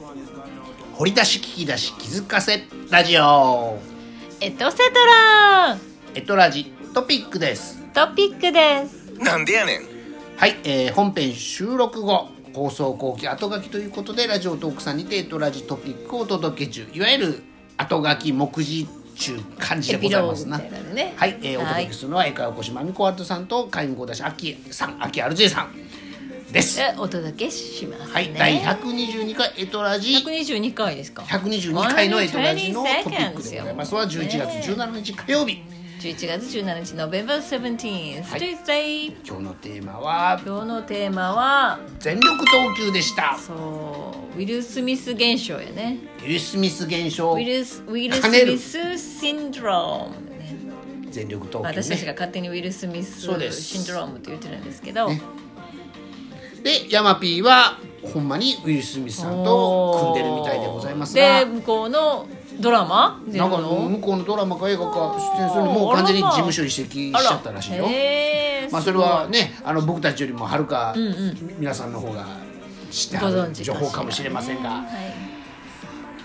掘り出し聞き出し気づかせラジオエトセトラエトラジトピックです。 トピックです。 なんでやねん。 はい、本編収録後放送後期後書きということでラジオトークさんにてエトラジトピックをお届け中、いわゆる後書き目次中感じでございますな、 ね、 はい、お届けするのは英会話講師まみこアルトさんと介護講師アキさん、アキ RJ さんです。 お届けしますね。 はい、第122回エトラジ 122回ですか。 122回のエトラジのトピックでございますは11月17日火曜日、 11月17日 November 17th、 はい、 Tuesday。 今日のテーマは全力投球でした。 そうウィル・スミス現象やね。 ウィル・スミス現象、 ウィル・スミスシンドローム、ね、 全力投球、ね、 私たちが勝手にウィル・スミスシンドロームと言ってるんですけど、ね、 でヤマピーはほんまにウィル・スミスさんと組んでるみたいでございますが、 で向こうのドラマなんか向こうのドラマか映画か出演するのもう完全に事務所に移籍しちゃったらしいよ。まあ、それはね僕たちよりもはるか皆さんの方が知ってはる情報かもしれませんが、はい、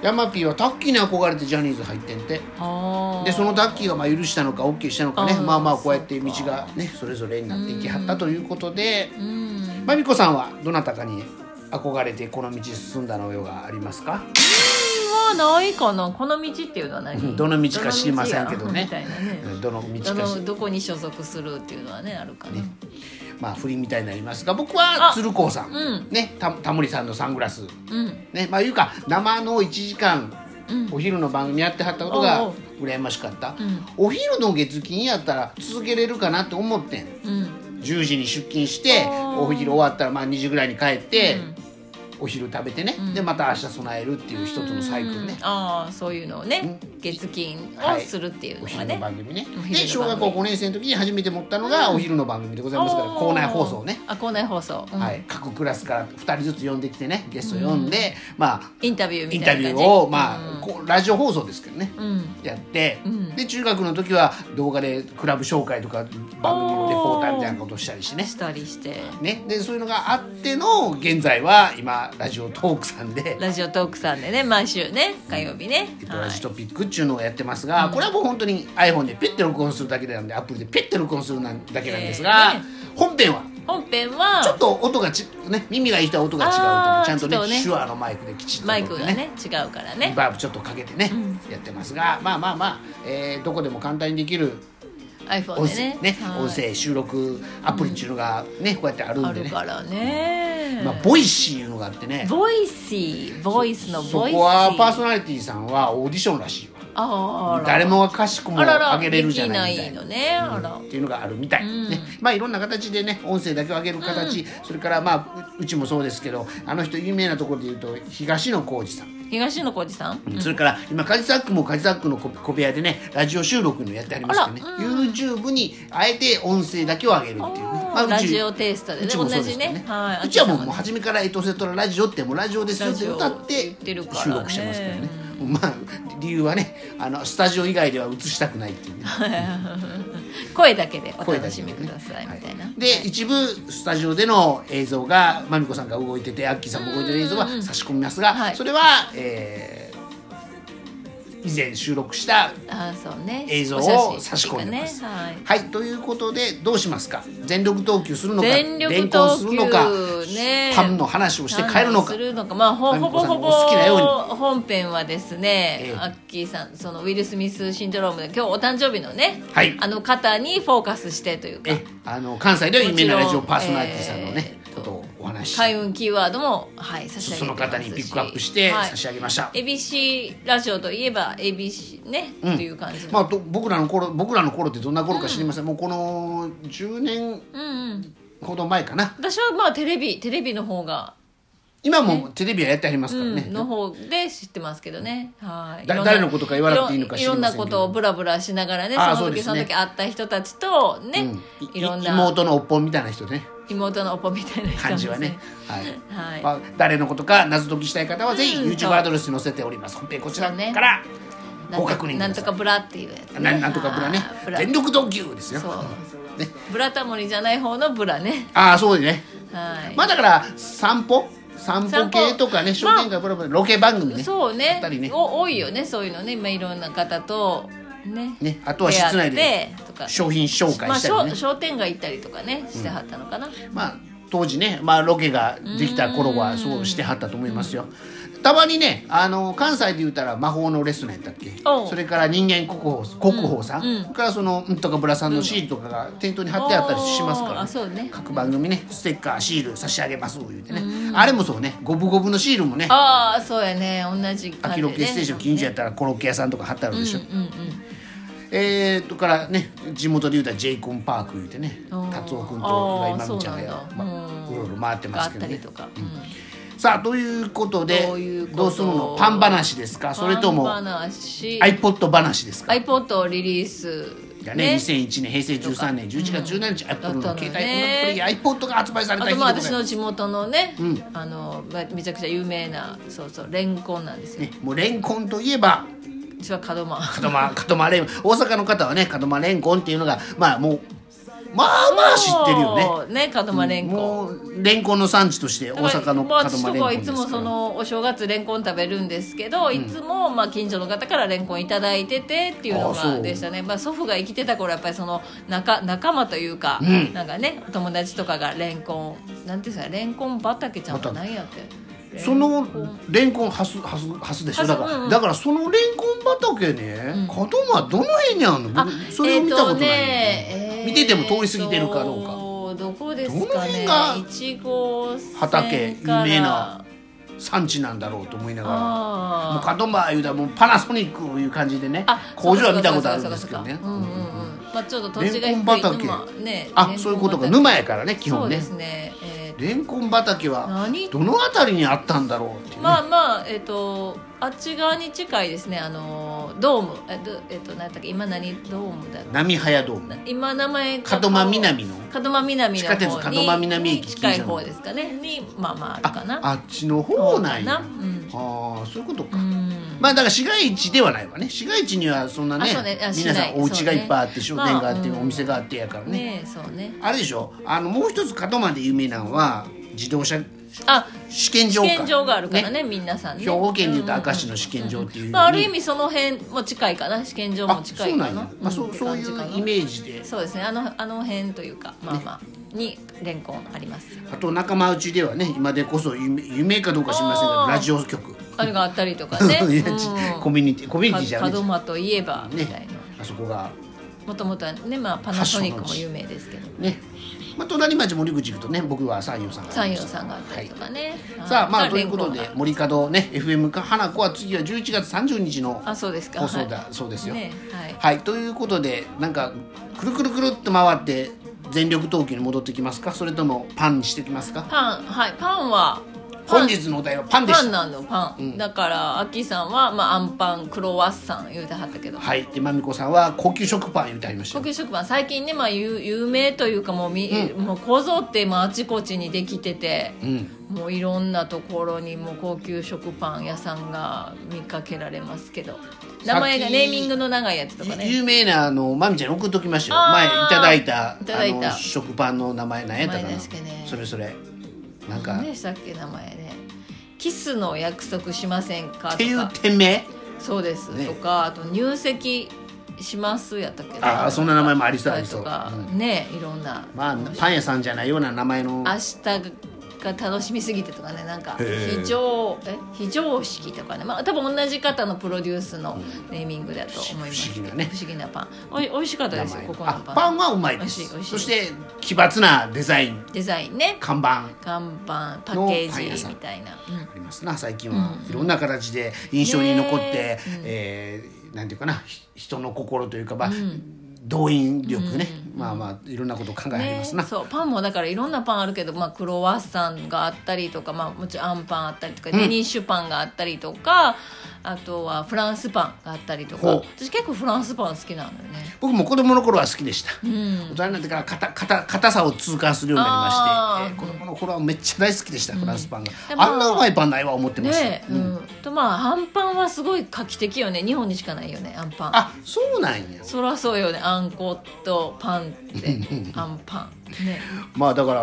ヤマピーはタッキーに憧れてジャニーズ入ってんて、でそのタッキーがまあ許したのか OK したのかね、まあこうやって道がねそれぞれになっていきはったということで、まみこさんはどなたかに憧れてこの道進んだのようがありますか？ はないかな。この道っていうのは何？ どの道か知りませんけどね。 みたいなね。 どの道かどこに所属するっていうのはねあるかな。ね、 まあ不倫みたいになりますが、僕は鶴光さん、ね、タモリさんのサングラス、ね、まあいうか生の1時間、お昼の番組やってはったことが羨ましかった。お昼の月金やったら続けれるかなって思ってん。10時に出勤してお昼終わったらまあ2時ぐらいに帰って。お昼食べてね、でまた明日備えるっていう一つのサイクルね。 そういうのをね、月金をするっていうのがね、お昼の番組ね。で小学校5年生の時に初めて持ったのがお昼の番組でございますから、校内放送ね。 校内放送、 はい、各クラスから2人ずつ呼んできてね、ゲスト呼んで、まあインタビューみたいな感じをラジオ放送ですけどね、やって、で中学の時は動画でクラブ紹介とか番組のレポーターみたいなことをしたりしてね、でそういうのがあっての現在は今ラジオトークさんでね、毎週ね火曜日ね、 ラジトピックっていうのをやってますが、これはもう本当に iPhone でピッて録音するだけなんで、アプリでピッて録音するだけなんですが、本編はちょっと音がね、耳がいい人は音が違うとかちゃんとね手話のマイクできちっとマイクがね違うからね、 リバーブちょっとかけてね、やってますが、まあ、どこでも簡単にできる iPhone でね、 音声収録アプリっていうのがね、こうやってあるんでね、 あるからね、 ボイシーいうのがあってね、 ボイスのボイス、そこはパーソナリティさんはオーディションらしいわ。誰もが賢くも上げれるじゃないみたいなっていうのがあるみたい、ね、まあいろんな形でね音声だけを上げる形、それからまあうちもそうですけど、あの人有名なところで言うと東野幸治さん、それから今カジサックの小部屋でねラジオ収録のやってありますけどね、YouTube にあえて音声だけを上げるっていうね、 ラジオテイストでね、同じね、 うちはもう初めからエトセトララジオってもうラジオですよって歌って収録してますからね。まあ理由はねスタジオ以外では映したくないっていうね声だけでお楽しみくださいみたいな、 で一部スタジオでの映像がまみこさんが動いててアッキーさんも動いてる映像は差し込みますが、それは以前収録した映像を差し込んでます。はい、ということでどうしますか？全力投球するのか、連行するのか、パンの話をして帰るのか、 まあほぼ本編はですね、アッキーさんそのウィル・スミスシンドロームで今日お誕生日のね、あの方にフォーカスしてというか、 関西では有名なラジオパーソナリティさんのねことをお話し、 開運キーワードも差し上げてますし、 その方にピックアップして差し上げました。 ABC ラジオといえば ABC ね、っていう感じの、 まあ僕らの頃ってどんな頃か知りません。もうこの10年ほど前かな。 私はまあテレビの方が今もテレビはやってありますからね、 の方で知ってますけどね、 誰のことか言わなくていいのか知りませんけど、 いろんなことをブラブラしながらね、その時会った人たちとね、いろんな妹のおっぽんみたいな人ね、 感じはね、誰のことか謎解きしたい方はぜひ YouTube アドレスに載せております。本編こちらからご確認ください。 なんとかブラっていうやつ、 なんとかブラね、全力投球ですよ。ブラタモリじゃない方のブラね。 そうですね。まあだから散歩散歩系とかね、商店街プラプラロケ番組ね、 そうね、 あったりね、 多いよね、そういうのね。いろんな方とね、 あとは室内で商品紹介したりね、 商店街行ったりとかねしてはったのかな。 当時ね、ロケができた頃はそうしてはったと思いますよ。たまにね、関西で言うたら魔法のレストランやったっけ、それから人間国宝さん、それからそのとかブラさんのシールとかが店頭に貼ってあったりしますからね、各番組ね、ステッカーシール差し上げます言うてね、あれもそうね、五分五分のシールもね、 そうやね、同じ感じでね、 秋ロケステーション近所やったらコロッケ屋さんとか貼ってあるでしょ。からね、地元で言うたらジェイコンパーク言うてね、達夫君と岩井真美ちゃんがうろうろ回ってますけどね。さあ、ということでどうするの、パン話ですか、それとも iPod 話ですか。 iPod リリースがね、2001年平成13年11月17日、Apple の携帯音楽プレイヤー iPod が発売された日でございます。 私の地元のね、めちゃくちゃ有名なレンコンなんですよ、 もうレンコンといえば私は門真レン、大阪の方はね、門真レンコンっていうのがもう知ってるよね。 門真レンコン、 もうレンコンの産地として大阪の門真レンコンですから。 私とかはいつもそのお正月レンコン食べるんですけど、いつも近所の方からレンコンいただいててっていうのがでしたね。祖父が生きてた頃やっぱりその仲間というか、なんかね、友達とかがレンコンなんていうんですか、レンコン畑ちゃんは何やって、 そのレンコンハスでしょ。だからそのレンコン畑ね、門真どの辺にあるの？それを見たことない、見てても通り過ぎてるかどうか。 どこですかね。 どの辺がいちご畑有名な産地なんだろうと思いながら、もう門真言うたらもうパナソニックいう感じでね、工場は見たことあるんですけどね。 ちょっと土地が低いレンコン畑、そういうことか、沼やからね、基本ね。 そうですね。 レンコン畑はどの辺りにあったんだろうっていう、ね、 あっち側に近いですね。ドーム何だったっけ、今何ドームだろう、 波早ドーム、 今名前門真南の地下鉄門真南駅近い方ですかねにあるかな。 あっちの方なんや。そういうことか。だから市街地ではないわね。市街地にはそんなね、皆さんお家がいっぱいあって商店があってお店があってやからね。あれでしょ、もう一つ門真で有名なのは自動車試験場があるからね、皆さんね。 兵庫県でいうと明石の試験場っていう、 ある意味その辺も近いかな、試験場も近いかな。 そういうイメージで。 そうですね、あの辺というかにレンコンあります。 あと仲間内ではね、今でこそ有名かどうか知りませんけど、ラジオ局あれがあったりとかねコミュニティじゃね、 門真といえばみたいな、 あそこがもともとはね、パナソニックも有名ですけどね。隣町森口行くとね、僕は三陽さんがあったりとかね。 さあということで、森門ね FM か花子は次は11月30日の放送だそうですよ。はい、ということで、なんかくるくるくるっと回って全力投球に戻ってきますか、それともパンにしてきますか。 パンは本日のお題はパンでした。 パンなの、パン、だからアッキーさんはあんパンクロワッサン言うてはったけど、 でまみこさんは高級食パン言うてはりました。 高級食パン最近ね、有名というかもうこぞってあちこちにできてて、もういろんなところにも高級食パン屋さんが見かけられますけど、名前がネーミングの長いやつとかね、 有名なまみちゃんに送っときましたよ。前いただいた食パンの名前何やったかな。それなんか何でしたっけ、名前ね。キスの約束しませんかとかっていう店名。 そうです、とか、あと入籍しますやったっけ。 そんな名前もありそうとかね、いろんなパン屋さんじゃないような名前の。 明日が楽しみすぎてとかね、なんか非常識とかね、多分同じ方のプロデュースのネーミングだと思いますけど、不思議なパン、おいしかったですよ、ここのパン。 パンはうまいです。そして奇抜なデザインね、看板パッケージみたいなありますな。最近はいろんな形で印象に残って、なんていうかな、人の心というか動員力ね、いろんなことを考えられますな。 そう、パンもだからいろんなパンあるけど、クロワッサンがあったりとか、もちろんあんパンあったりとか、デニッシュパンがあったりとか、あとはフランスパンがあったりとか。私結構フランスパン好きなのよね。 僕も子供の頃は好きでした。大人になってから硬さを痛感するようになりまして、子供の頃はめっちゃ大好きでした、フランスパンが。あんなうまいパンないわ思ってました。 あんパンはすごい画期的よね。日本にしかないよね、あんパン。 そうなんや。 そりゃそうよね、あんことパンってあんパンね。 だから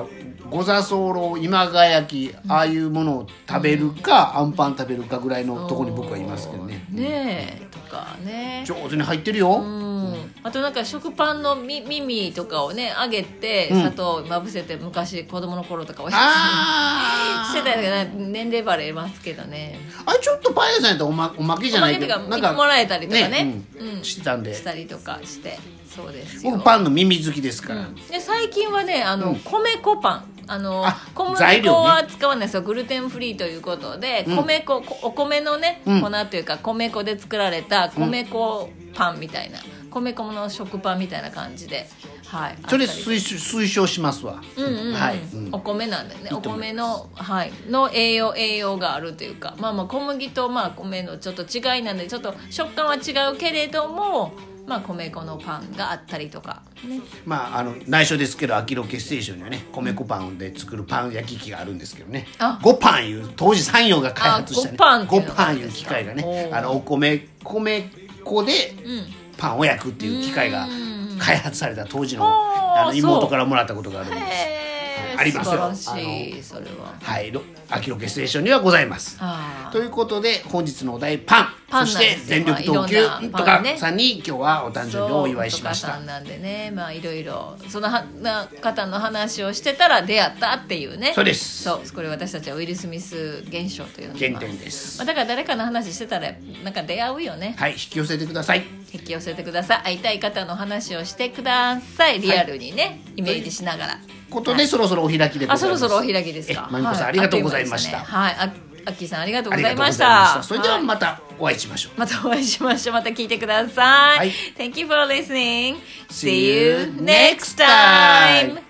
ご座候今川焼きああいうものを食べるか、あんパン食べるかぐらいのとこに僕はいますけどね。 ねえとかね、 上手に入ってるよ。 あとなんか食パンの耳とかをね揚げて砂糖まぶせて、昔子供の頃とかおやつしてたけど、年齢バレますけどね。 あれちょっとパン屋さんやったらおまけじゃないけど、 なんかもらえたりとかね、 してたんで、 したりとかして、そうですよ。 僕パンの耳好きですから。 で最近はね米粉パン、小麦粉は使わないですよ、グルテンフリーということで、米粉、お米のね、粉というか米粉で作られた米粉パンみたいな、米粉の食パンみたいな感じで、はい、 それ推奨しますわ。 お米なんでね、お米の、の栄養があるというか、小麦と米のちょっと違いなんで、ちょっと食感は違うけれども、米粉のパンがあったりとか、ね、 内緒ですけど、秋ロケステーションにはね、米粉パンで作るパン焼き器があるんですけどね、5パンいう当時産業が開発したね、5パンいう機械がね、米粉でパンを焼くっていう機械が開発された当時の妹からもらったことがあるんです。ありますよ。 素晴らしい。それははい秋ロケステーションにはございます。ということで本日のお題パン、そして全力投球とかさんに今日はお誕生日をお祝いしました。 とかさんなんでね、いろいろその方の話をしてたら出会ったっていうね。 そうです。 そう、これ私たちはウィル・スミス現象というの原点です。 だから誰かの話してたらなんか出会うよね。 はい、引き寄せてください。 引き寄せてください。会いたい方の話をしてください。リアルにね、イメージしながら。 ことでそろそろお開きでございます。 そろそろお開きですか。 まみこさんありがとうございました。 はい、アッキーさんありがとうございました。 それではまたお会いしましょう。 またお会いしましょう。また聞いてください。Thank you for listening. See you next time.